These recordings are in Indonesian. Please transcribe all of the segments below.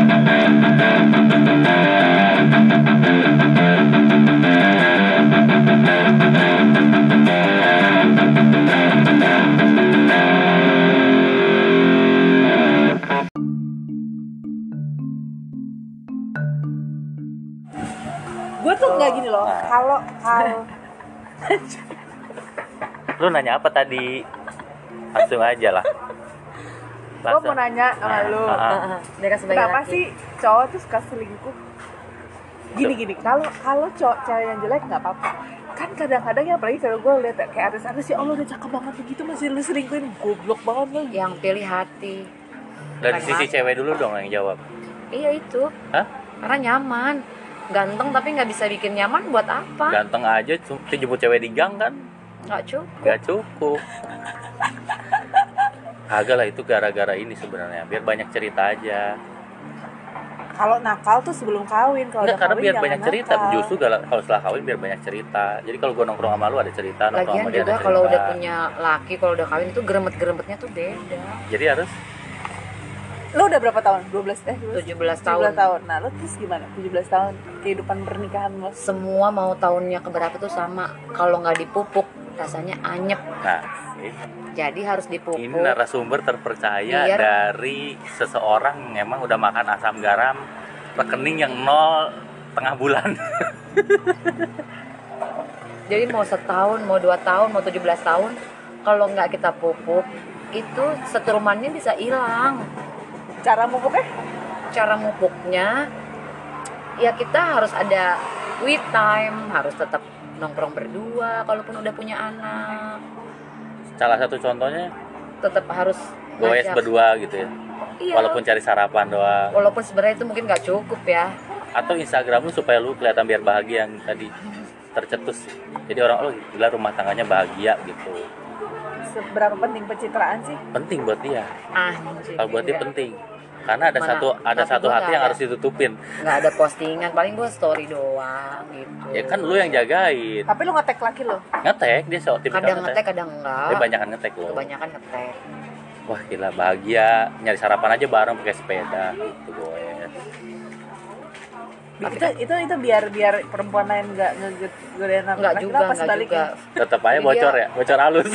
Gue tuh nggak gini loh. Kalau Lu nanya apa tadi? Langsung aja lah. gue mau nanya sama lu, kenapa sih cowok tuh suka selingkuh? Gini, kalau cowok cewek yang jelek nggak apa-apa. Kan kadang-kadang ya, apalagi kalau gue lihat kayak artis-artis, ya Allah udah cakep banget begitu masih lu selingkuhin, goblok banget lu. Yang pilih hati. Dari sisi cewek dulu dong yang jawab. Iya itu. Hah? Karena nyaman. Ganteng tapi nggak bisa bikin nyaman buat apa? Ganteng aja, jemput cewek di gang kan? Nggak cukup. Agak lah, itu gara-gara ini sebenarnya, biar banyak cerita aja. Kalau nakal tuh sebelum kawin, kalau udah karena kawin biar jangan banyak cerita. nakal. Justru kalau setelah kawin biar banyak cerita. Jadi kalau gue nongkrong sama lu ada cerita, nongkrong Lagian sama dia ada juga cerita. kalau udah punya laki, kalau udah kawin itu geremet-geremetnya tuh beda. Jadi harus Lu udah berapa tahun? 17 tahun. Nah, lu terus gimana? 17 tahun kehidupan pernikahan lu. Semua mau tahunnya keberapa tuh sama. Kalau nggak dipupuk rasanya anyep. nah, Jadi harus dipupuk. ini narasumber terpercaya Biar- dari seseorang yang emang udah makan asam garam, rekening yang 0 tengah bulan. Jadi mau setahun, mau 2 tahun, mau 17 tahun, kalau nggak kita pupuk, itu seterumannya bisa hilang. Cara mupuknya? Cara mupuknya, ya kita harus ada we time, harus tetap nongkrong berdua, kalaupun udah punya anak, Salah satu contohnya tetap harus goes ngajak. berdua gitu ya. Iya. Walaupun cari sarapan doang. Walaupun sebenarnya itu mungkin nggak cukup ya. Atau Instagram lu supaya lu kelihatan biar bahagia, yang tadi tercetus. Jadi orang, oh gila rumah tangganya bahagia gitu. Seberapa penting pencitraan sih? Penting buat dia. Anjir. Kalau buat dia penting. Karena ada Mana? ada Tapi satu gua hati nggak yang ada. harus ditutupin. Nggak ada postingan, paling gue story doang gitu. Ya kan lu yang jagain. Tapi lu nge-tag laki lu? Ngetek dia tipikal Kadang ngetek, kadang enggak. Dia banyakan ngetek lo. Kebanyakan ngetek. Wah gila bahagia, nyari sarapan aja bareng pakai sepeda gitu gue. Itu biar perempuan lain nggak ngegodain apa? Enggak juga, Kenapa enggak sebaliknya? juga. Tetap aja Jadi bocor dia- ya, bocor halus.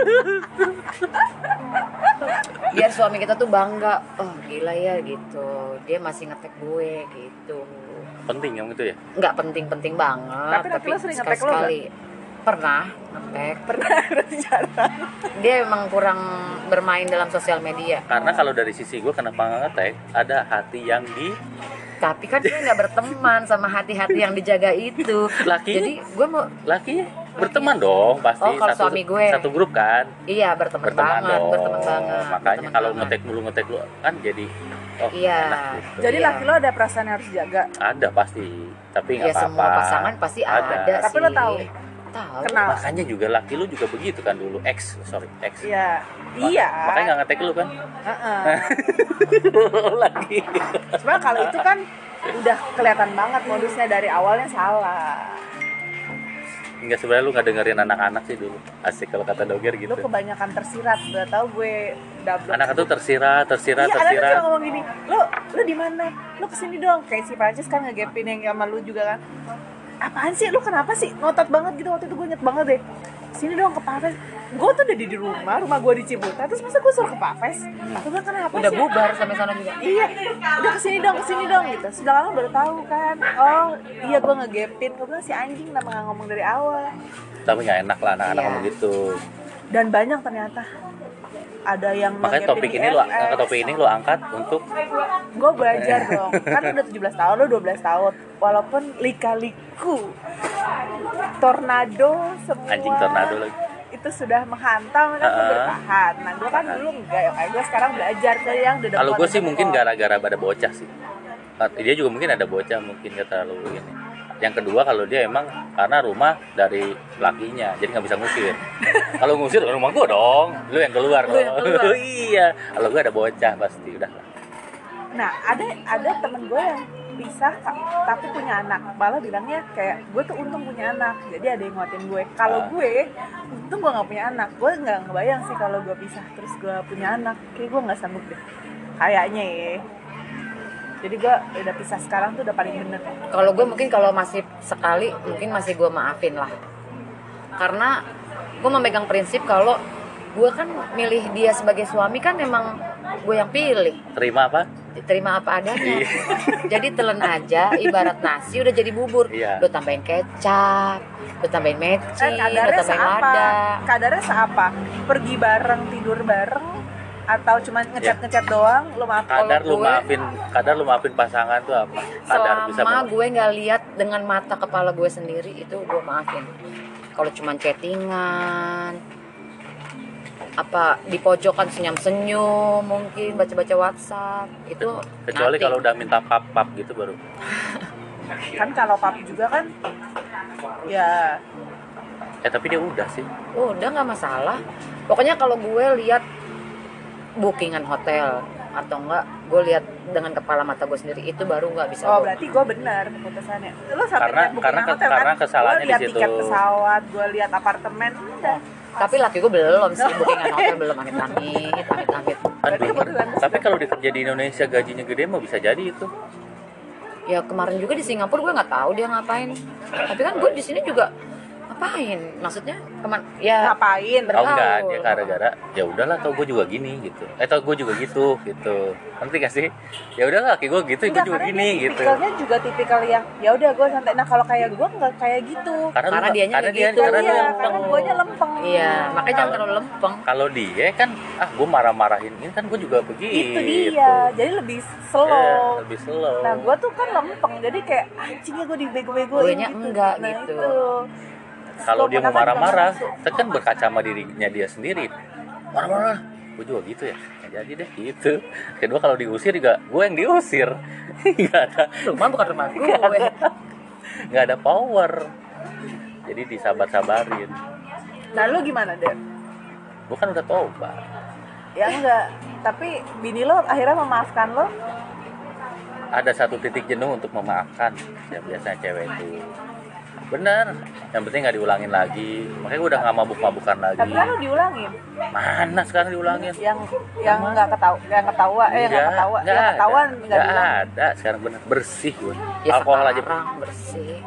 Biar suami kita tuh bangga, oh gila ya gitu, dia masih ngetek gue gitu. Penting yang itu ya. Nggak penting-penting banget, Tapi laki lo sering ngetek lo sekali pernah ngetek. Pernah berarti jarang. Dia emang kurang bermain dalam sosial media. Karena kalau dari sisi gue kenapa nggak ngetek, ada hati yang di Tapi kan dia nggak berteman sama hati-hati yang dijaga itu. Laki? Jadi gue mau, laki berteman dong pasti. Oh, kalau suami gue. Satu grup kan. iya berteman banget, Dong. berteman banget. Makanya berteman kalau banget. ngetek lu kan jadi Iya. enak gitu. Jadi Iya. laki lo ada perasaan yang harus dijaga. Ada pasti, tapi nggak Ya apa-apa. semua pasangan pasti ada Tapi sih. lo tahu? Tahu. Kenal. Makanya juga laki lu juga begitu kan dulu, ex. Iya. Iya. Makanya nggak ngetek lu kan. Heeh. Lagi. Sebenarnya kalau itu kan udah kelihatan banget modusnya dari awalnya salah. Enggak, sebenarnya lu nggak dengerin anak-anak sih dulu. Asik kalau kata Doger gitu. Lu kebanyakan tersirat, udah tahu gue double. Anak itu tersirat. Iya, ada tuh cuma ngomong gini, lu di mana? Lu kesini dong. Kayak si Prancis kan ngegapin yang sama lu juga kan. Apaan sih? Lu kenapa sih? Ngotot banget gitu waktu itu, gue inget banget deh. Sini dong ke Paves. Gue tuh udah di rumah gue di Ciputat. Terus masa gue suruh ke Paves? Gue bilang kenapa Udah sih? bubar sampai sana juga. Iya, udah kesini dong gitu. Sudah lama baru tahu kan. Oh iya, gue ngegapin. Gue bilang si anjing kenapa nggak ngomong dari awal. Tapi nggak enak lah anak-anak Iya. ngomong gitu. Dan banyak ternyata. Ada yang Makanya ngegapin di FS. topik ini lu angkat untuk Gue belajar dong, kan udah 17 tahun, lo 12 tahun. Walaupun lika-liku tornado semua anjing tornado lagi. itu sudah menghantam, kan gue bertahan. Nah gue kan dulu enggak, ya kayak gue sekarang belajar ke yang udah Kalau gue sih depan. mungkin gara-gara ada bocah sih. Dia juga mungkin ada bocah, mungkin gak terlalu ini. Yang kedua kalau dia emang karena rumah dari lakinya, jadi nggak bisa ngusir. Kalau ngusir rumah gue dong, lu yang keluar Lu yang dong. keluar. Iya, kalau gue ada bocah pasti udah lah. Nah ada temen gue yang pisah tapi punya anak, malah bilangnya kayak gue tuh untung punya anak, jadi ada yang nguatin gue. Kalau gue untung gue nggak punya anak, gue nggak ngebayang sih kalau gue pisah terus gue punya anak, kayak gue nggak sanggup deh kayaknya ya. Jadi gue udah pisah sekarang tuh udah paling bener. Kalau gue mungkin kalau masih sekali mungkin masih gue maafin lah, karena gue memegang prinsip kalau gue kan milih dia sebagai suami kan emang gue yang pilih. Terima apa adanya. Jadi telan aja, ibarat nasi udah jadi bubur. Lo tambahin kecap, lo tambahin mecin, lo tambahin lada. Kadarnya seapa? Pergi bareng, tidur bareng, atau cuma ngechat doang? Lo maafin. Kadar lu maafin pasangan tuh apa? Kadar selama gue nggak lihat dengan mata kepala gue sendiri itu gue maafin. Kalau cuma chattingan, apa di pojokan senyum-senyum, mungkin baca-baca WhatsApp itu kecuali kalau udah minta pap gitu baru. Kan kalau pap juga kan ya Tapi dia udah sih. Udah nggak masalah. Pokoknya kalau gue lihat bookingan hotel atau enggak gue lihat dengan kepala mata gue sendiri itu baru nggak bisa. Berarti gue benar keputusannya. Lo sampai lihat bookingan hotel karena kan? kesalahannya di situ. Gue lihat tiket pesawat, gue lihat apartemen, udah. Tapi laki gue belum sih bookingan hotel, belum amit-amit. Tapi kalau dikerja di Indonesia gajinya gede mau bisa jadi itu. Ya kemarin juga di Singapura gue nggak tahu dia ngapain. Tapi kan gue di sini juga ngapain? Maksudnya ngapain? Enggak, dia gara-gara ya udahlah, tau gue juga gini gitu. Tau gue juga gitu. Nanti gak sih? Ya udahlah, kayak gue gitu, gue juga gini gitu. Tipikalnya juga tipikal yang ya udah gue santai. Nah kalau kayak gue nggak kayak gitu. Karena dianya gitu. Karena guanya lempeng. Iya, makanya jangan terlalu lempeng. Kalau dia kan gue marah-marahin ini kan gue juga begitu. Itu dia. Jadi lebih slow. Lebih slow. Nah gue tuh kan lempeng. Jadi kayak anjingnya gue dibego-begoin gitu. Enggak nah, gitu. Itu. Kalau dia mau marah-marah, kan berkaca sama dirinya dia sendiri. Marah-marah, gue juga gitu ya. Jadi deh gitu. Kedua kalau diusir juga, gue yang diusir. Gak ada. Rumah bukan rumah gue. Gak ada power. Jadi disabar-sabarin. Nah lu gimana deh? Gue kan udah tobat. Ya enggak. Tapi bini lo akhirnya memaafkan lo? Ada satu titik jenuh untuk memaafkan. Ya biasanya cewek itu. Bener, yang penting nggak diulangin lagi. Makanya gue udah nggak mabuk-mabukan lagi. Tapi kan lo diulangin. Mana sekarang diulangin? Yang nggak ketahuan nggak ada. Sekarang bener bersih gue. Ya, alkohol aja bersih.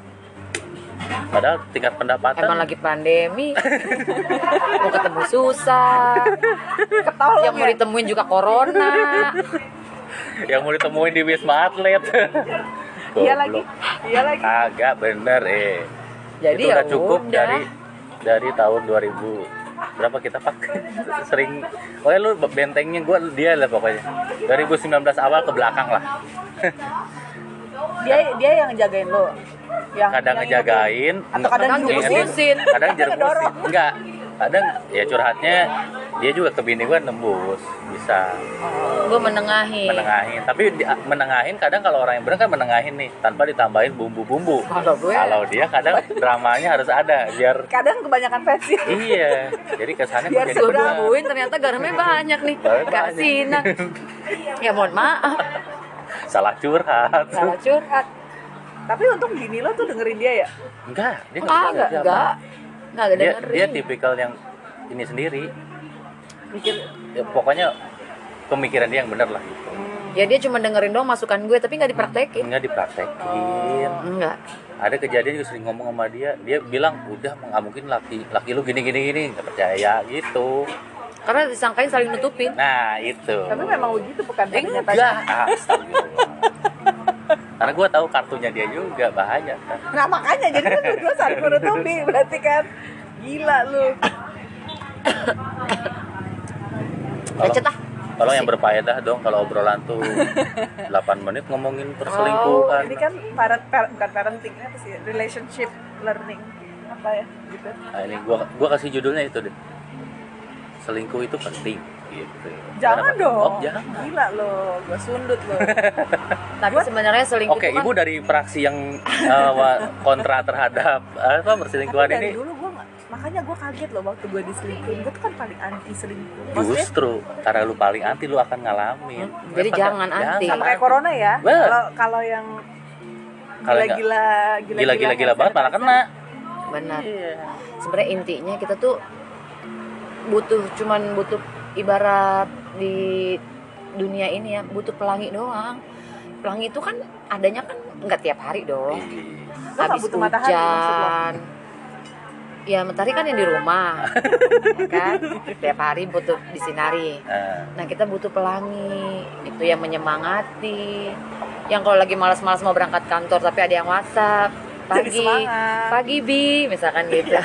Padahal tingkat pendapatan. Emang lagi pandemi. Mau ketemu susah. Yang mau ditemuin juga corona. Yang mau ditemuin di Wisma Atlet. Iya lagi. Agak bener Jadi itu ya udah cukup udah. dari tahun 2000 berapa kita pakai sering. Lu bentengnya dia lah pokoknya 2019 awal ke belakang lah. dia yang jagain lo. Kadang ngejagain atau kadang jermusin. Kadang jermusin. Enggak. Kadang ya curhatnya dia juga ke bini gue nembus bisa. Gue menengahin. Tapi menengahin kadang kalau orang yang benar kan menengahin nih tanpa ditambahin bumbu-bumbu. Kalau dia kadang dramanya harus ada biar. Kadang kebanyakan versi. Iya. Jadi kesannya biar bumbuin ternyata garamnya banyak nih. Kasinan. Ya mohon maaf. Salah curhat. Tapi untung bini lo tuh dengerin dia ya? Enggak, dia enggak dengerin. Dia tipikal yang ini sendiri. Mikir ya, pokoknya pemikiran dia yang benar lah gitu. Ya dia cuma dengerin doang masukan gue tapi enggak dipraktekin. Enggak. Ada kejadian juga sering ngomong sama dia bilang udah nggak mungkin laki lu gini nggak percaya gitu. Karena disangkain saling nutupin. Nah itu. Tapi memang begitu bukan enggak. Karena gue tahu kartunya dia juga bahaya kan. Nah makanya jadi kan gue saling menutupi berarti kan gila lu. Tolong yang berfaedah dong kalau obrolan tuh 8 menit ngomongin perselingkuhan. Ini kan bukan parenting apa sih? Relationship learning apa ya gitu. Nah ini gue kasih judulnya itu deh. Selingkuh itu penting gitu. Jangan dong. Jangan. Gila lo, gue sundut lo. Tapi sebenarnya selingkuh itu kan ibu dari fraksi yang kontra terhadap perselingkuhan ini. Dari dulu gue makanya gue kaget loh waktu gue diselingkuhin. Gue tuh kan paling anti selingkuh. Justru karena lu paling anti lu akan ngalamin. Jadi jangan anti. Sama kayak corona ya. Kalau yang gila-gila banget malah kena. Benar. Sebenarnya intinya kita tuh butuh ibarat di dunia ini ya butuh pelangi doang. pelangi itu kan adanya kan nggak tiap hari dong. Habis Habis butuh matahari, maksud lo? hujan. Ya matahari kan yang di rumah, ya kan? Tiap hari butuh disinari. Nah kita butuh pelangi, itu yang menyemangati. Yang kalau lagi malas-malas mau berangkat kantor tapi ada yang WhatsApp, Jadi pagi, semangat. pagi Bi, misalkan gitu.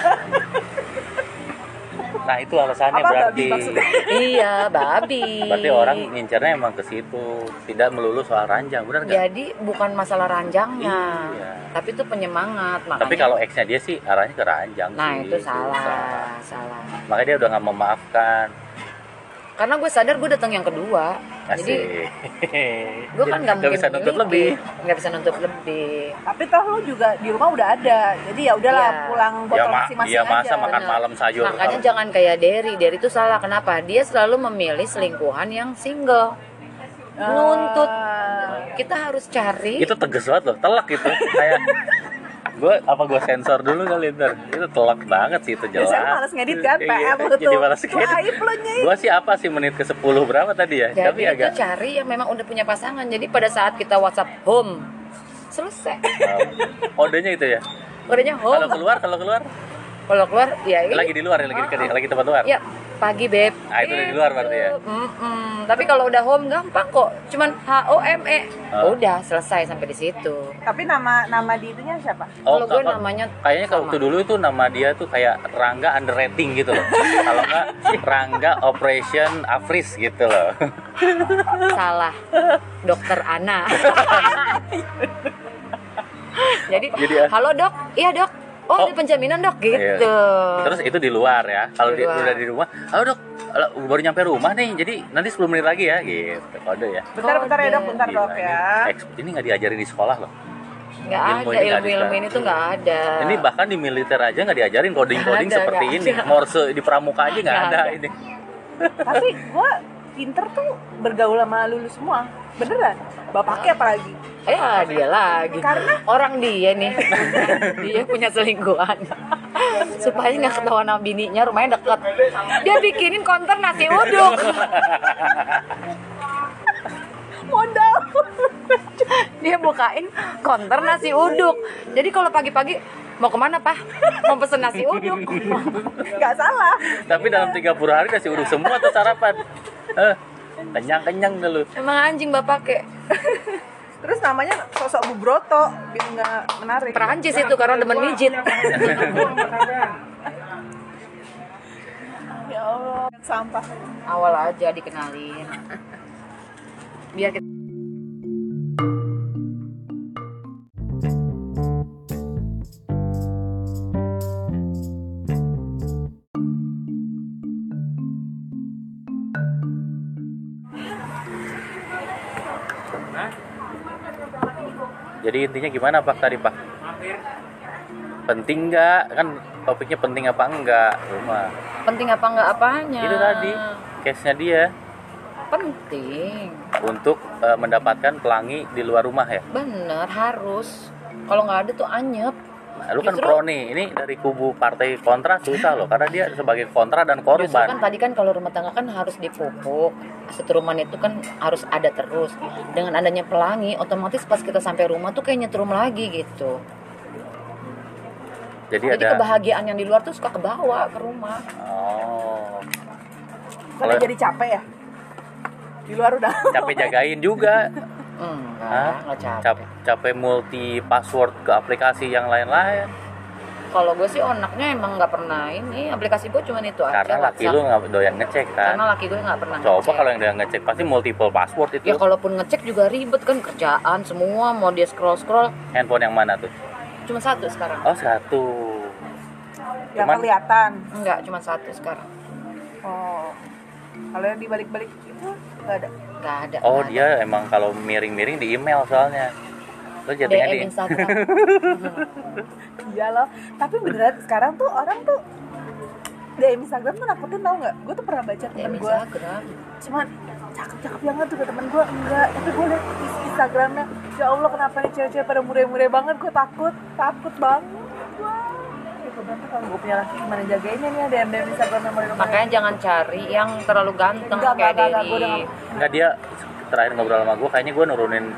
Nah itu alasannya Apa berarti. babi maksudnya? Iya, babi. Berarti orang ngincernya emang ke situ, tidak melulu soal ranjang, benar nggak? Jadi bukan masalah ranjangnya, Iya. tapi itu penyemangat. Makanya, Tapi kalau X-nya dia sih arahnya ke ranjang nah sih. itu salah. Makanya dia udah nggak memaafkan. Karena gue sadar gue datang yang kedua, Asik. jadi gue kan nggak mungkin bisa nuntut miliki. lebih. Nggak bisa nuntut lebih. Tapi toh lu juga di rumah udah ada. Jadi ya udahlah Iya. pulang botol masing-masing Iya aja. masa makan Benar. malam sayur. Makanya jangan kayak Derry itu salah. Kenapa? Dia selalu memilih selingkuhan yang single. Nuntut. Kita harus cari. Itu tegas banget loh, telak itu. Kayak gue sensor dulu kali ntar. Itu telak banget sih itu jelas. Biasanya males ngedit kan, PR lu Jadi tuh. males Tuh, ngedit. aib lu, Nyai. Gue sih apa sih menit ke 10 berapa tadi ya? Jadi Tapi itu agak cari yang memang udah punya pasangan. Jadi pada saat kita WhatsApp home, selesai. kodenya itu ya. Kodenya home. Kalau keluar Kalau keluar, ya ini. lagi di luar ya, lagi tempat luar. Ya, pagi beb. Ah, itu udah di luar berarti ya? Tapi kalau udah home gampang kok. Cuman HOME. Oh. Udah selesai sampai di situ. Tapi nama di itunya siapa? Kalau gue apa- namanya kayaknya kalau sama. waktu dulu itu nama dia tuh kayak Rangga underrating gitu loh. Kalau enggak Rangga Operation Afris gitu loh. Salah. Dokter Ana. Jadi Jadi, halo dok, iya dok. Oh, ada penjaminan dok gitu. Iya. Terus itu di luar ya. Kalau Di luar. udah di rumah, halo dok, baru nyampe rumah nih. Jadi nanti 10 menit lagi ya, gitu. Kode ya. Bentar ya dok, bentar Gila, dok ya. ini nggak diajarin di sekolah loh. Nggak Ilmu ada ini nggak ilmu-ilmu bisa. ini tuh nggak ada. Ini bahkan di militer aja nggak diajarin coding-coding Nggak ada, seperti nggak ini. ada. Morse di pramuka aja nggak Nggak ada ada. ini. Tapi gue pinter tuh bergaul sama lulus semua. Beneran. Bapaknya apalagi. Ya dia lagi. Karena- orang dia nih, dia punya selingkuhan. Supaya nggak ketahuan sama bininya, rumahnya deket. Dia bikinin konter nasi uduk. Modal. Dia bukain konter nasi uduk. Jadi kalau pagi-pagi mau kemana pak? Mau pesen nasi uduk. Gak salah. Tapi dalam 30 hari kasih uduk semua tuh sarapan. Kenyang-kenyang dulu. Emang anjing bapak kek. Terus namanya sosok Bu Broto, biar nggak menarik. Perancis itu karena demen mijit. Ya Allah, sampah. Awal aja dikenalin. Biar kita Jadi intinya gimana Pak tadi Pak? Penting nggak? Kan topiknya penting apa enggak rumah. penting apa enggak apanya? Itu tadi case-nya dia Penting. untuk mendapatkan pelangi di luar rumah ya. Bener, harus. Kalau nggak ada tuh anyep. Nah, lu kan Justru- pro nih. Ini dari kubu partai kontra susah loh karena dia sebagai kontra dan Justru kan korban. tadi kan kalau rumah tangga kan harus dipupuk. Seteruman itu kan harus ada terus. Dengan adanya pelangi, otomatis pas kita sampai rumah tuh kayak nyetrum lagi gitu. Jadi Jadi ada kebahagiaan yang di luar tuh suka kebawa ke rumah. oh Karena Kalau- jadi capek ya. Di luar udah. capek jagain juga. Enggak capek. Capek multi password ke aplikasi yang lain-lain. Kalau gue sih onaknya emang nggak pernah ini. Aplikasi gue cuma itu aja. Karena laki WhatsApp. lu nggak doyan ngecek kan. Karena laki gue nggak pernah Coba ngecek. kalau yang dia ngecek pasti multiple password itu. Ya kalaupun ngecek juga ribet kan, kerjaan semua mau dia scroll Handphone yang mana tuh? cuma satu sekarang. Oh, satu. Yang Cuman- kelihatan. Enggak, cuma satu sekarang. Oh. Kalau yang dibalik-balik itu nggak ada. Enggak ada. Oh, nggak dia emang kalau miring-miring di email soalnya. Lo ada. jatuhnya DM di Instagram. Iya loh. Tapi beneran sekarang tuh orang tuh DM Instagram tuh nakutin, tau nggak? Gue tuh pernah baca DM temen gue. Instagram. Cuman cakep-cakep banget tuh temen gue, enggak. Tapi gue liat isi Instagramnya, ya Allah kenapa nih cewek-cewek pada mure-mure banget. Gue takut banget. Wah. Gue bantu kalau gue punya laki gimana jagainnya nih DM Instagram yang mure-mure. Makanya jangan cari yang terlalu ganteng kayak Enggak, gue udah Derry. nggak. Enggak, dia terakhir ngobrol sama gue kayaknya gue nurunin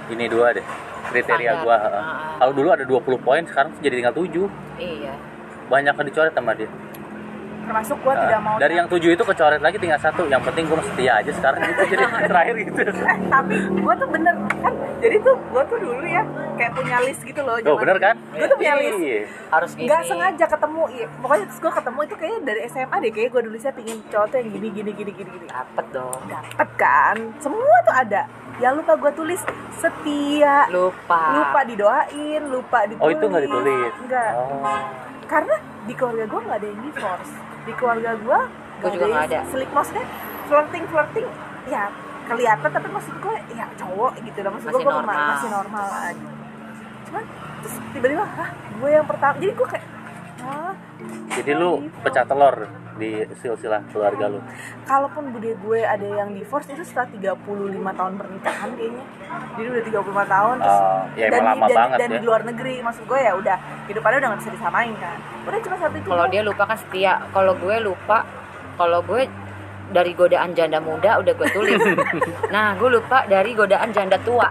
ini 2 deh kriteria gue. Kalau dulu ada 20 poin, sekarang tuh jadi tinggal 7. Iya. Banyak yang dicoret sama dia. Termasuk gue tidak mau. Dari yang 7 itu kecoret lagi tinggal 1. Yang penting gue setia aja sekarang gitu. Jadi terakhir gitu. Tapi gue tuh bener kan. Jadi tuh gue tuh dulu ya kayak punya list gitu loh. Oh bener kan? Gue tuh punya list. Harus gini. Gak sengaja ketemu. Iya. Pokoknya terus gue ketemu itu kayaknya dari SMA deh. Kayaknya gue dulu saya pingin cowok tuh yang gini. Dapet dong. Dapet kan. Semua tuh ada. Ya lupa gue tulis setia. Lupa didoain. Lupa ditulis. Oh itu nggak ditulis? Enggak. Oh. Karena di keluarga gue nggak ada yang divorce. Di keluarga gue juga nggak ada. Selik, maksudnya flirting ya kelihatan, tapi maksud gue ya cowok gitu loh, maksud gue masih normal aja. Cuman terus tiba-tiba gue yang pertama, jadi gue kayak jadi lu pecah telur di silsilah keluarga lu. Kalaupun bude gue ada yang divorce itu setelah 35 tahun pernikahan kayaknya. Jadi udah 35 tahun terus ya emang lama banget dan ya. Di luar negeri, maksud gue ya udah hidupannya udah gak bisa disamain kan. Udah cuma satu itu. Kalau dia lupa kan setia. Kalau gue lupa, kalau gue dari godaan janda muda udah gue tulis. Nah, gue lupa dari godaan janda tua.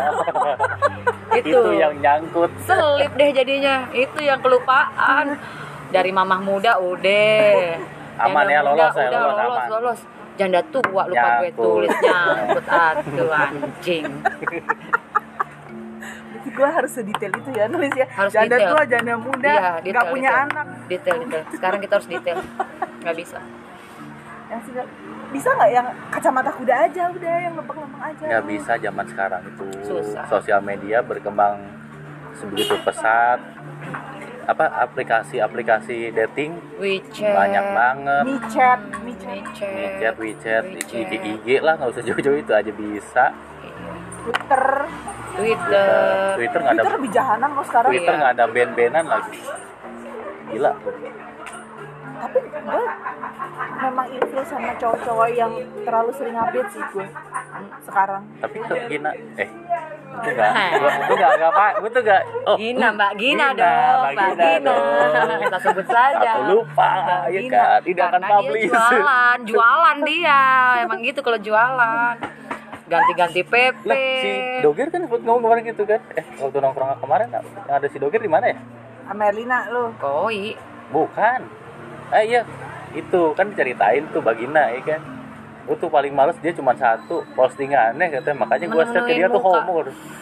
Itu yang nyangkut. Selip deh jadinya. Itu yang kelupaan. Dari mamah muda udah. Aman ya, lolos ya, lolos. Janda tua lupa gue tulis, nyangkut. Aduh anjing. Gue harus sedetail itu ya nulis ya. Harus janda detail. tua, janda muda, Iya, gak punya anak. Detail. Sekarang kita harus detail. Gak bisa. Yang bisa nggak yang kacamata kuda aja udah, yang lempeng-lempeng aja. Nggak bisa zaman sekarang itu. Susah. Sosial media berkembang sebegitu pesat. Aplikasi dating WeChat banyak banget. WeChat, IG lah, nggak usah jauh-jauh, itu aja bisa. Twitter nggak ada. Twitter lebih jahanam loh sekarang. Twitter nggak ada band-bandan lagi. Gila. Tapi gue memang ilfil sama cowok-cowok yang terlalu sering update sih gue sekarang. Tapi tuh Gina, itu enggak apa, gue tuh enggak. Oh, Mbak Gina dong, Mbak Gina. Kita sebut saja. Aku lupa, ya kan, tidak akan publish. Dia jualan dia, emang gitu kalau jualan. Ganti-ganti PP. Lah, si Doger kan ngomong kemarin gitu kan. Waktu nongkrong kemarin, yang ada si Doger di mana ya? Amelina lo. Koi. Bukan. Iya, itu kan diceritain tuh Bagina ya kan. Gue tuh paling males dia cuma satu postingannya katanya, makanya gue share ke dia tuh homo.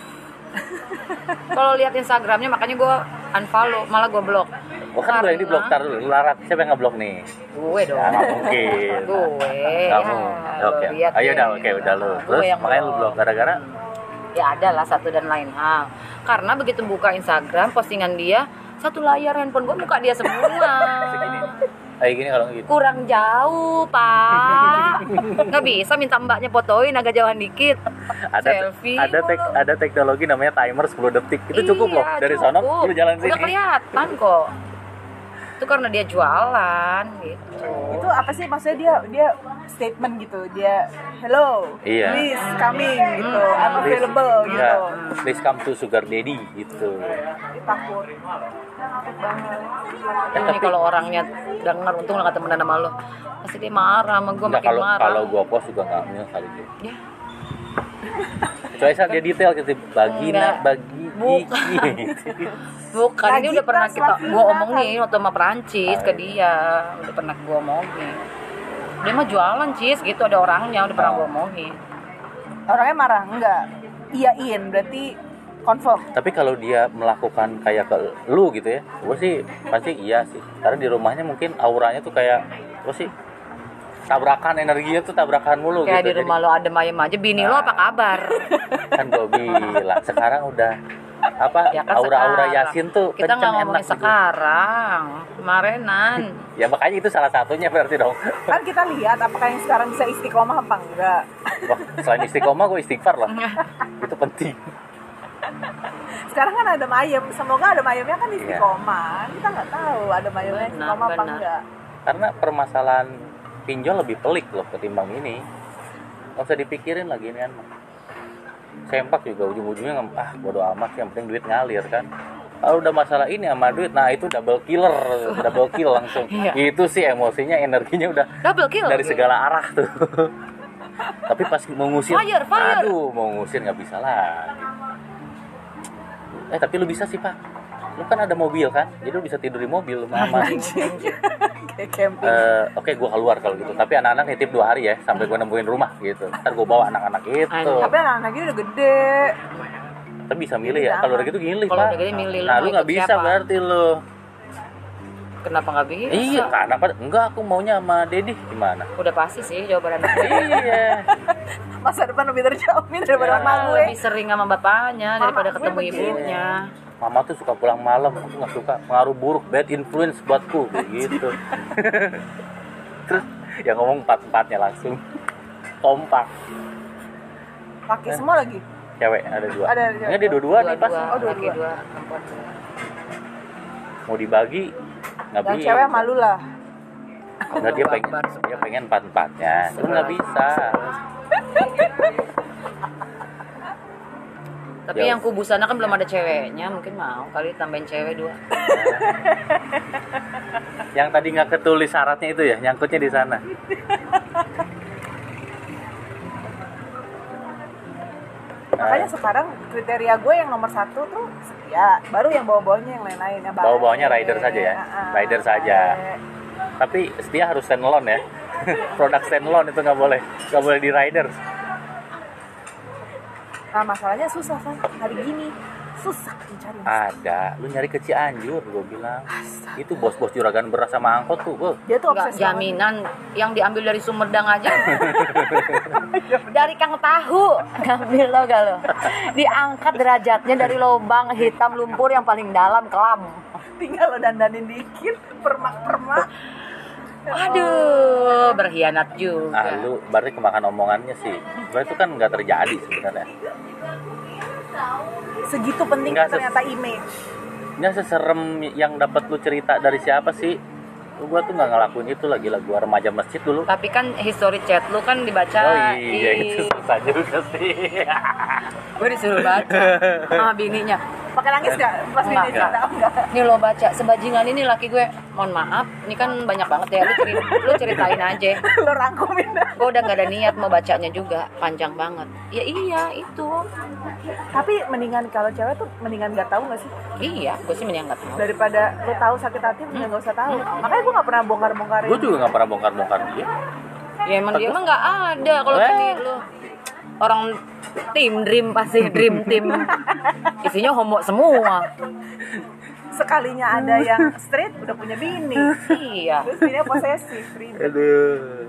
Kalau lihat Instagramnya makanya gue unfollow, malah gue blok. Gue kan udah di blok, tar dulu, Larat, siapa yang ngeblok nih? Gue dong. Ya, nggak mungkin. Kamu. Oke. Ayo udah lu. Terus makanya lu blok gara-gara? Ya ada lah satu dan lain hal. Karena begitu buka Instagram, postingan dia satu layar handphone gue, muka dia semua. Segini. Kayak gini kalau gitu. Kurang jauh, Pak. Nggak bisa minta mbaknya fotoin agak jauhan dikit. Selfie. Ada teknologi namanya timer 10 detik. Itu cukup loh. Dari sono lu jalan sini. Udah kelihatan kok. Itu karena dia jualan gitu. Itu apa sih maksudnya, dia statement gitu, dia hello, please coming gitu, I'm available gitu. Please come to sugar daddy gitu. Takut banget. Ini kalau orangnya denger, untung lah temenan sama lo, pasti dia marah sama gue, makin marah. Kalau gue post juga nggak mil kali gitu. Ya. Kecuali saat dia detail gitu, Bagina, Bukan, ini udah pernah gue omongin waktu sama Perancis ke dia, udah pernah gue omongin. Dia mah jualan cheese gitu, ada orangnya, udah pernah gue omongin. Orangnya marah? Enggak. Iyain, berarti confirm. Tapi kalau dia melakukan kayak ke lu gitu ya, gue sih pasti iya sih. Karena di rumahnya mungkin auranya tuh kayak, gue sih tabrakan, energinya tuh tabrakan mulu kayak gitu. Kayak di rumah lo adem ayem aja, bini lo apa kabar? Kan gue bilang, sekarang udah ya kan aura-aura Yasin tuh kita nggak ngomongin gitu. Sekarang kemarinan ya makanya itu salah satunya berarti dong. Kan kita lihat apakah yang sekarang bisa istiqomah apa enggak. Wah, selain istiqomah gue istighfar lah. Itu penting. Sekarang kan ada mayem, semoga ada mayemnya kan istiqomah. Kita nggak tahu ada mayemnya istiqomah apa enggak. Karena permasalahan pinjol lebih pelik loh ketimbang ini. Nggak usah dipikirin lagi ini kan. Sempak juga ujung-ujungnya bodo amat sih, yang penting duit ngalir kan. Kalau udah masalah ini sama duit, nah itu double kill langsung. Iya. Itu sih emosinya, energinya udah double kill dari segala arah tuh. Tapi pas mau ngusir, fire. aduh mau ngusir nggak bisa lah. Tapi lu bisa sih Pak, lu kan ada mobil kan, jadi lu bisa tidur di mobil, lu aman. Kayak camping. Oke, gue keluar kalau gitu, tapi anak-anak nitip 2 hari ya sampai gue nemuin rumah gitu, ntar gue bawa anak-anak itu. Tapi anak-anaknya udah gede. Tapi bisa milih ya, kalau udah gitu milih Kalau Pak. udah gede milih, Nah mau lu nggak ikut bisa siapa? berarti lu. Kenapa nggak bisa? Iya, kenapa? Enggak, aku maunya sama Dedi. Gimana? Udah pasti sih jawaban anak gue. Iya. Masa depan lebih terjamin daripada Ya. mama gue. Lebih sering sama bapaknya daripada gue ketemu begini. ibunya. Mama tuh suka pulang malam, aku nggak suka, pengaruh buruk, bad influence buatku, gitu. Terus yang ngomong 4-4-nya langsung kompak. Pakai semua lagi. Cewek ada 2. Ada. Enggak, dia 2-2 nih pas. Oh, dua-dua. Laki 2, perempuan 2. Mau dibagi nggak Yang bisa. cewek malu lah. Nggak, dia pengen 4-4-nya, itu nggak bisa. Tapi Ya. yang kubu sana kan belum ada ceweknya, mungkin mau kali tambahin cewek 2. Yang tadi nggak ketulis syaratnya itu ya, nyangkutnya di sana. Makanya sekarang kriteria gue yang nomor 1 tuh setia. Baru yang bawah-bawahnya yang lain-lain. Bawah-bawahnya rider saja ya, rider saja. Tapi setia harus standalone ya. Produk standalone itu nggak boleh di riders. Nah masalahnya susah kan hari gini, susah mencari. Ada, lu nyari ke Cianjur, gue bilang. Itu bos-bos juragan beras sama angkot tuh, Dia tuh Enggak, obses jaminan yang diambil dari Sumedang aja. Dari Kang Tahu ngambil lo gak lo. Diangkat derajatnya dari lubang hitam lumpur yang paling dalam kelam. tinggal lo dandanin dikit, permak-permak. Aduh, berkhianat juga. Lu berarti kemakan omongannya sih. Berarti itu kan nggak terjadi sebenarnya. Segitu penting Nggak ternyata image. Nggak seserem yang dapat lu cerita dari siapa sih? Gua tuh nggak ngelakuin itu lagi gua remaja masjid dulu. Tapi kan history chat lu kan dibaca. Oh iya, itu susah juga sih. Gue disuruh baca sama bininya. Pakai nangis nggak? Pas Enggak. ini cerita enggak? Nih lo baca sebajingan ini laki gue. Mohon maaf, ini kan banyak banget ya. Lu ceritain aja. Lo rangkumin. Gue udah gak ada niat mau bacanya juga, panjang banget. Ya iya itu. Tapi mendingan kalau cewek tuh mendingan nggak tahu nggak sih? Iya, gue sih mending gak tahu. Daripada lo tahu sakit hati mendingan nggak usah tahu. Makanya gue nggak pernah bongkar-bongkarin. Gua juga nggak pernah bongkar dia. Ya emang dia emang nggak ada kalau tadi lu orang tim dream pasti dream team isinya homo semua. Sekalinya ada yang straight udah punya bini. Iya. Terus bininya posesif, ribet. Aduh.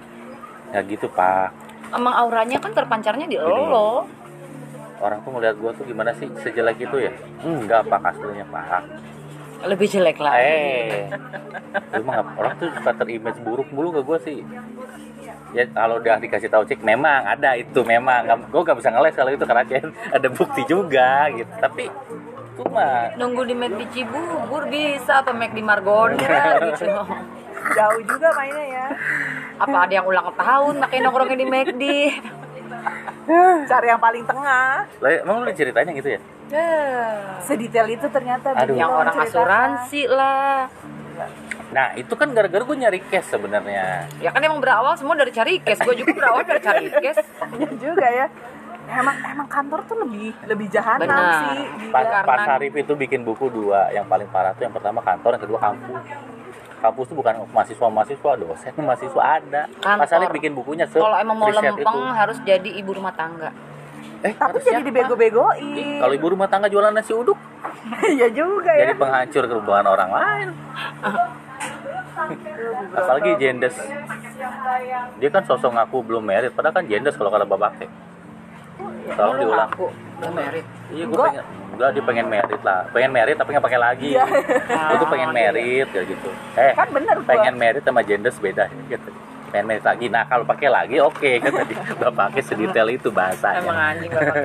Ya gitu Pak. Emang auranya kan terpancarnya di lo. Orang tuh ngeliat gua tuh gimana sih, sejelek itu ya? Enggak Pak, aslinya Pak. Lebih jelek lagi. Orang tuh suka terimage buruk mulu ke gua sih. Ya kalau udah dikasih tahu cek memang ada itu, memang gue gak bisa ngeles kalau itu karena ada bukti juga gitu. Tapi cuma Nunggu di McD Cibubur bisa apa McD Margonda gitu. Jauh juga mainnya ya. Apa ada yang ulang tahun makanya nongkrongnya di McD. Cari yang paling tengah. lah, emang lu ceritain yang gitu ya? Sedetail itu ternyata. Aduh. Yang orang asuransi lah. Nah itu kan gara-gara gue nyari cash sebenarnya. Ya kan emang berawal semua dari cari cash. Gue juga berawal dari cari cash. Ya juga ya. Emang kantor tuh lebih jahanam Benar. sih. Karena- Pak Sarif itu bikin buku 2. Yang paling parah tuh yang pertama kantor, yang kedua kampus. Kampus tuh bukan mahasiswa, dosen, mahasiswa ada. Kantor. Pak Sarif bikin bukunya Kalau emang mau riset lempeng harus jadi ibu rumah tangga. Tapi harus jadi siapa? dibego-begoin. Kalau ibu rumah tangga jualan nasi uduk, Iya juga ya. jadi penghancur hubungan orang lain. Apalagi Jendes, dia kan sosok ngaku belum married, padahal kan Jendes kalau kata babaknya. Tolong diulang. Aku udah married. Iya, gue pengen, enggak dia pengen married lah, pengen married tapi nggak pakai lagi. Iya. Gue tuh pengen married kayak gitu. Kan bener gua. pengen married sama Jendes beda gitu. Pengen married lagi. Nah kalau pakai lagi oke kan tadi bapaknya sedetail itu Emang bahasanya. anjing bapak.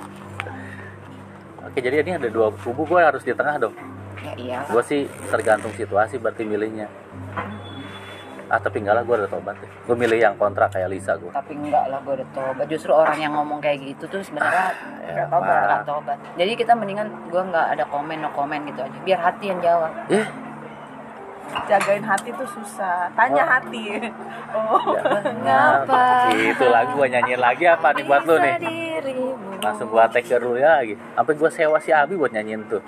Oke, jadi ini ada 2 kubu, gue harus di tengah dong. Ya iya. Gue sih tergantung situasi berarti milihnya. Tapi enggak lah, gue udah tobat deh. Gue milih yang kontra kayak Lisa gue. Tapi enggak lah, gue udah tobat. Justru orang yang ngomong kayak gitu tuh sebenarnya Ya, nggak tobat. Jadi kita mendingan gue nggak ada komen, no komen gitu aja. Biar hati yang jawab. Jagain hati tuh susah. Tanya hati. Oh. Ya. Ngapa? Itu lagu gue nyanyiin lagi apa nih buat lu nih? Bisa dirimu Langsung gua tag ke lu ya gitu. Sampai gua sewa si Abi buat nyanyiin tuh.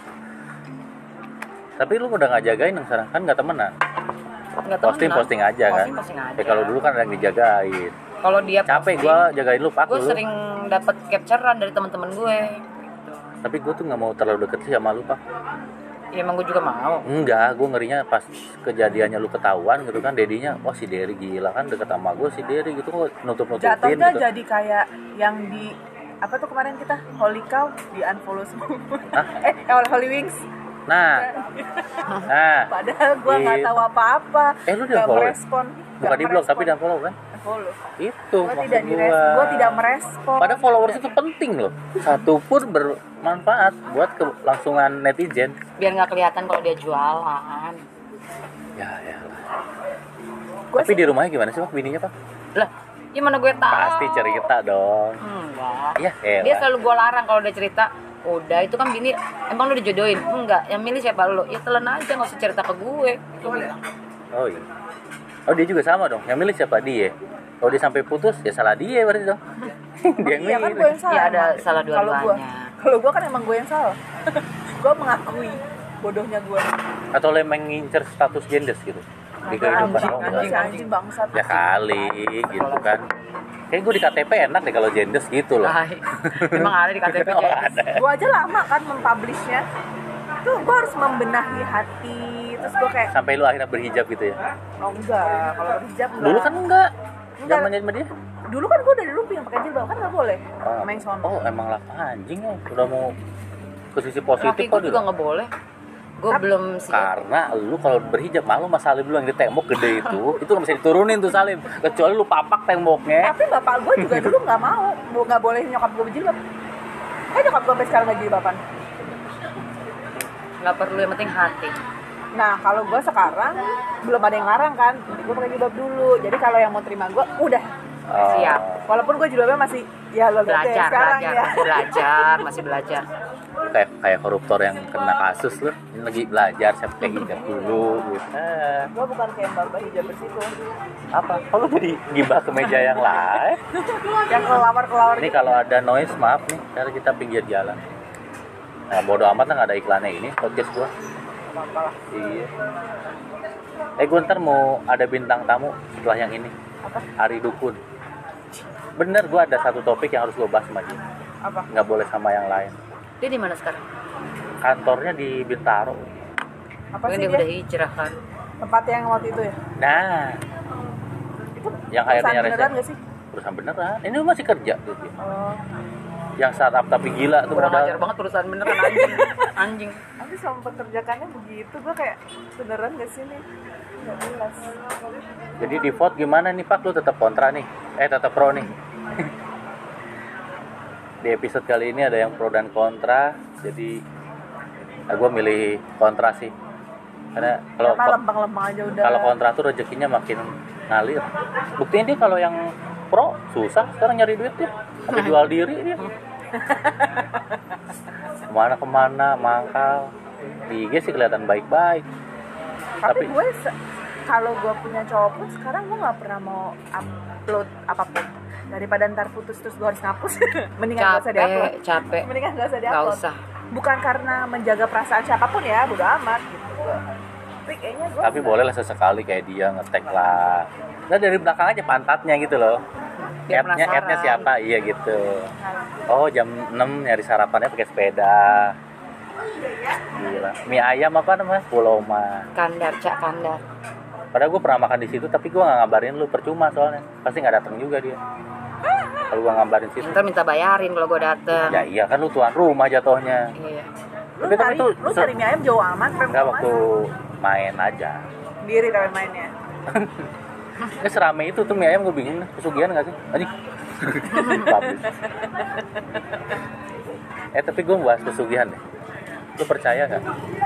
Tapi lu udah nggak jagain yang sekarang kan nggak temenan. Posting aja kan. Posting aja. Ya kalau dulu kan ada yang dijagain. Kalau dia Capek gua jagain lu, Pak. Gue sering dapat capturean dari teman-teman gue. Tapi gue tuh nggak mau terlalu deket sih sama lu, Pak. Ya emang gue juga mau. Enggak, gue ngerinya pas kejadiannya lu ketahuan gitu kan, dedinya, wah si Derry gila kan deket sama gue, si Derry gitu kok nutup-nutupin jatuhnya gitu. jadi kayak yang di apa tuh kemarin kita Holy Cow di unfollow semua. Holy Wings. Nah Padahal gue nggak tahu apa-apa. Lu udah follow? Merespon. Bukan di blog tapi di unfollow kan? Follow. Itu Gue tidak merespon. Padahal followers itu penting loh. Satu pun bermanfaat buat kelangsungan netizen. Biar nggak kelihatan kalau dia jualan. Ya lah. Tapi di rumahnya gimana sih Pak bininya Pak? Lah, gimana gue tahu? Pasti cerita dong. Enggak. Ya, dia selalu gue larang kalau dia cerita. Udah, itu kan bini, emang lu dijodohin? Enggak, yang milih siapa lu? Ya telan aja, nggak usah cerita ke gue. Oh iya. Oh dia juga sama dong. Yang milih siapa? Dia. Kalau dia sampai putus, ya salah dia berarti dong. Dia yang iya milih. kan gue yang salah. Ya ada salah dua-duanya. Kalau gue kan emang gue yang salah. Gue mengakui bodohnya gue. Atau lo emang ngincer status gender gitu di kehidupan Anjing bangsat. ya kali gitu kan. Kayak gue di KTP enak deh kalau genders gitu loh. Emang ada di KTP Oh, Genders. ada. Gue aja lama kan mempublishnya. Tuh gue harus membenahi hati. Terus gue kayak Sampai lu akhirnya berhijab gitu ya. oh enggak, kalau berhijab enggak. Dulu kan enggak. Enggak. Zamannya sama dia. Dulu kan gue dari dulu yang pakai jilbab kan nggak boleh. Main sono. Oh emang lah anjing ya. Udah mau ke sisi positif Laki kok gue juga nggak boleh. Gue belum siap. Karena lu kalau berhijab malu sama Salim dulu yang di tembok gede itu nggak bisa diturunin tuh Salim. Kecuali lu papak temboknya. Tapi bapak gue juga dulu nggak mau, nggak boleh nyokap gue berjilbab. Nyokap gue sampai sekarang nggak jilbaban. Nggak perlu, yang penting hati. Nah kalau gue sekarang belum ada yang larang kan, gue pakai jilbab dulu. Jadi kalau yang mau terima gue udah Siap. Walaupun gue jilbabnya masih ya lo lihat deh sekarang ya. Masih belajar. Kayak koruptor yang kena kasus lu ini lagi belajar siapa kayak hijab dulu gitu. Gue bukan kayak mbak hijab bersiku. Apa? Kalau jadi gibah ke meja yang lain. Yang kelawar Ini kalau ada noise maaf nih, karena kita pinggir jalan. Nah, bodo amat lah nggak ada iklannya ini podcast gua. Apa-apa lah. Iya. Gua ntar mau ada bintang tamu setelah yang ini. Apa? Ari Dukun. Bener, gua ada satu topik yang harus gua bahas sama dia. Apa? Nggak boleh sama yang lain. Dia di mana sekarang? Kantornya di Bintaro. Apa Mungkin sih dia dia? udah hijrah kan. Tempat yang waktu itu ya? Nah, Itu yang akhirnya beneran nggak sih? perusahaan beneran. Ini lu masih kerja gitu. Oh. Yang startup tapi gila tuh Kurang modal. ajar banget perusahaan beneran anjing. Nanti sama pekerjakannya begitu, gue kayak beneran gak sih nih? Gak jelas. Jadi di vote gimana nih Pak? Lu tetap kontra nih? Tetap pro nih? Di episode kali ini ada yang pro dan kontra. Jadi gue milih kontra sih. Karena Karena lempeng-lempeng aja udah. kalau kontra tuh rezekinya makin ngalir. Buktinya dia kalau yang pro susah sekarang nyari duit dia. Sampai jual diri dia. Kemana-kemana mangkal. Di IG sih kelihatan baik-baik. Tapi gue kalau gue punya cowok pun sekarang gue nggak pernah mau upload apapun. Daripada ntar putus terus gue harus ngapus. Mendingan gak usah diupload. Capek. Mendingan gak usah Gak diupload. usah. Bukan karena menjaga perasaan siapapun ya, bodo amat gitu. Tapi kayaknya gue Tapi boleh lah sesekali kayak dia nge-tag lah. Nah dari belakang aja pantatnya gitu loh. Biar App-nya penasaran. siapa? Iya gitu. Oh jam 6 nyari sarapannya pakai sepeda. Gila. Mie ayam apa namanya? Puloma. Kandar, Cak Kandar. Padahal gue pernah makan di situ tapi gue nggak ngabarin lu, percuma soalnya. Pasti nggak datang juga dia. Kalau gue ngabarin situ. Ntar minta bayarin kalau gue dateng. Ya iya kan lu tuan rumah jatuhnya. Iya. lu Tapi cari itu lu cari mie ayam jauh amat Enggak waktu main aja. sendiri tapi mainnya. Serame itu tuh mie ayam gue bingung kesugihan nggak sih? Anjing. Babis. Tapi gue bahas pesugihan deh. Lu percaya nggak?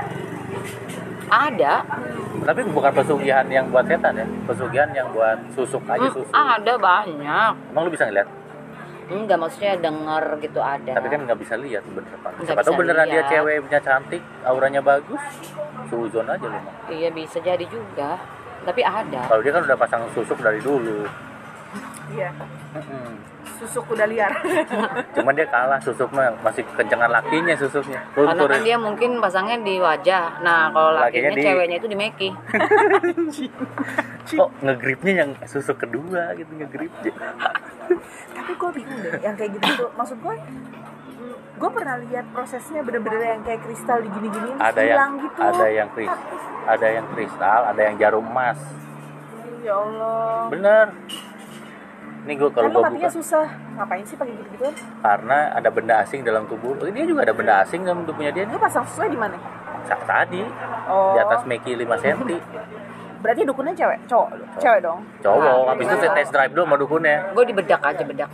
Ada. Tapi bukan pesugihan yang buat setan ya, pesugihan yang buat susuk aja susuk. Ada banyak. Emang lu bisa ngeliat? Enggak, maksudnya denger gitu ada. Tapi kan nggak bisa lihat bener apa. Nggak Siapa tahu bisa beneran dia lihat. ceweknya cantik, auranya bagus, suzon aja lu mah. Iya bisa jadi juga. Tapi ada. Kalau dia kan udah pasang susuk dari dulu. Iya. susuk udah liar. Cuman dia kalah, susuknya masih kencengan lakinya susuknya. Karena Luntur. kan dia mungkin pasangnya di wajah. Nah, kalau Lakinya lakinya di- ceweknya itu di meki. Kok ngegripnya yang susuk kedua gitu ngegripnya. Tapi gue bingung deh yang kayak gitu tuh. Maksud gue pernah lihat prosesnya bener-bener yang kayak kristal digini-giniin Ada hilang yang gitu. ada yang kristal, ada yang jarum emas. Ya Allah. Bener. Ini gue kalau Kan gue matinya buka susah. Ngapain sih pakai gitu-gitu? karena ada benda asing dalam tubuh. Dia juga ada benda asing dalam tubuhnya dia Lu nih. pasang susunya di mana? Tadi Oh. di atas Meki 5 cm. Berarti dukunnya cewek, cowok, cewek dong. Cowok, Ah, habis itu test drive dulu sama dukunnya. Gue dibedak aja, bedak.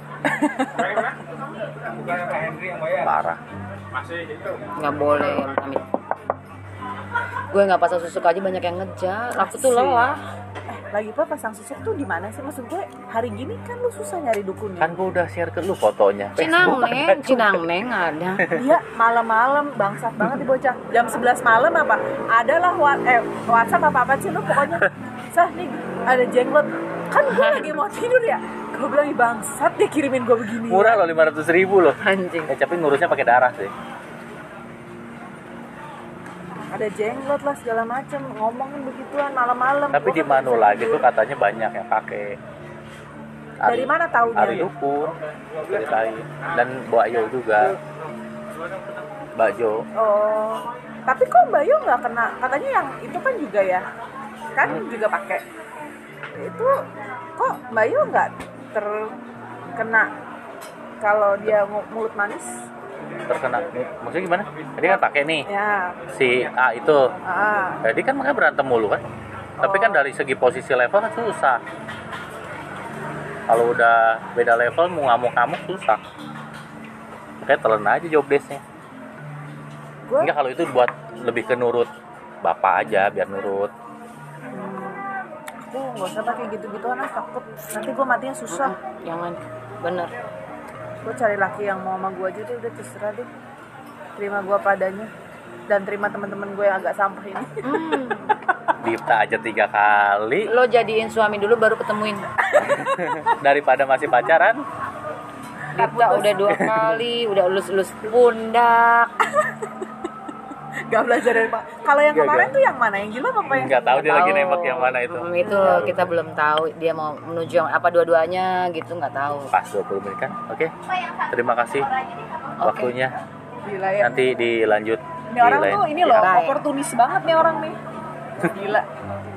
Parah. Nggak boleh, amit. Gue nggak pasang susuk aja banyak yang ngejar. Aku tuh Asik. lelah. Lagi pula pasang susuk tuh di mana sih? Maksud gue hari gini kan lu susah nyari dukunnya. Kan gue udah share ke lu fotonya. Cinang Neng ada. Dia malam-malam bangsat banget nih bocah. Jam 11 malam apa? Adalah WhatsApp apa sih lu pokoknya. Sah nih ada jenglot. Kan gue lagi mau tidur ya. Gue bilang bangsat dia kirimin gue begini. Murah loh 500.000 loh. Anjing. Tapi ngurusnya pakai darah sih. Ada jenglot lah segala macam ngomongin begituan malam-malam. Tapi Gua di kan Manu bisa lagi tidur. tuh katanya banyak yang pakai. Dari mana taunya? Ari dukun ceritain dan Bu Ayo juga. Mbak Jo. Oh. Tapi kok Mbak Yo nggak kena? Katanya yang itu kan juga ya. Kan juga pakai. Itu kok Mbak Yo nggak terkena kalau dia mulut manis? Terkena maksudnya gimana? Dia kan pakai nih Ya. si A itu. Ah. Jadi kan makanya berantem mulu kan. Tapi kan dari segi posisi level kan susah. Kalau udah beda level mau ngamuk-ngamuk susah. Kayak telan aja job desk-nya. Gue Enggak, kalau itu buat lebih ke nurut bapak aja biar nurut. aku nggak usah pakai gitu-gituan ah, takut nanti gue matinya susah. Jangan. Bener. Gue cari laki yang mau sama gue aja deh, udah terserah deh. Terima gue padanya dan terima teman-teman gue yang agak sampah ini. Dipta aja 3 kali Lo jadiin suami dulu baru ketemuin. daripada masih pacaran. Dipta udah 2 kali, udah elus-elus pundak. Gak belajar dari Pak. Kalau yang Nggak, kemarin nggak. tuh yang mana? Yang gila apa yang? Nggak tahu dia lagi Tahu. nembak yang mana itu. Itu kita belum tahu dia mau menuju yang apa dua-duanya gitu, nggak tahu. Pas 20 menit kan. Oke. Terima kasih waktunya. Gila ya. Nanti dilanjut Ini orang di lain. tuh ini loh, Ya. oportunis banget nih orang nih. Gila.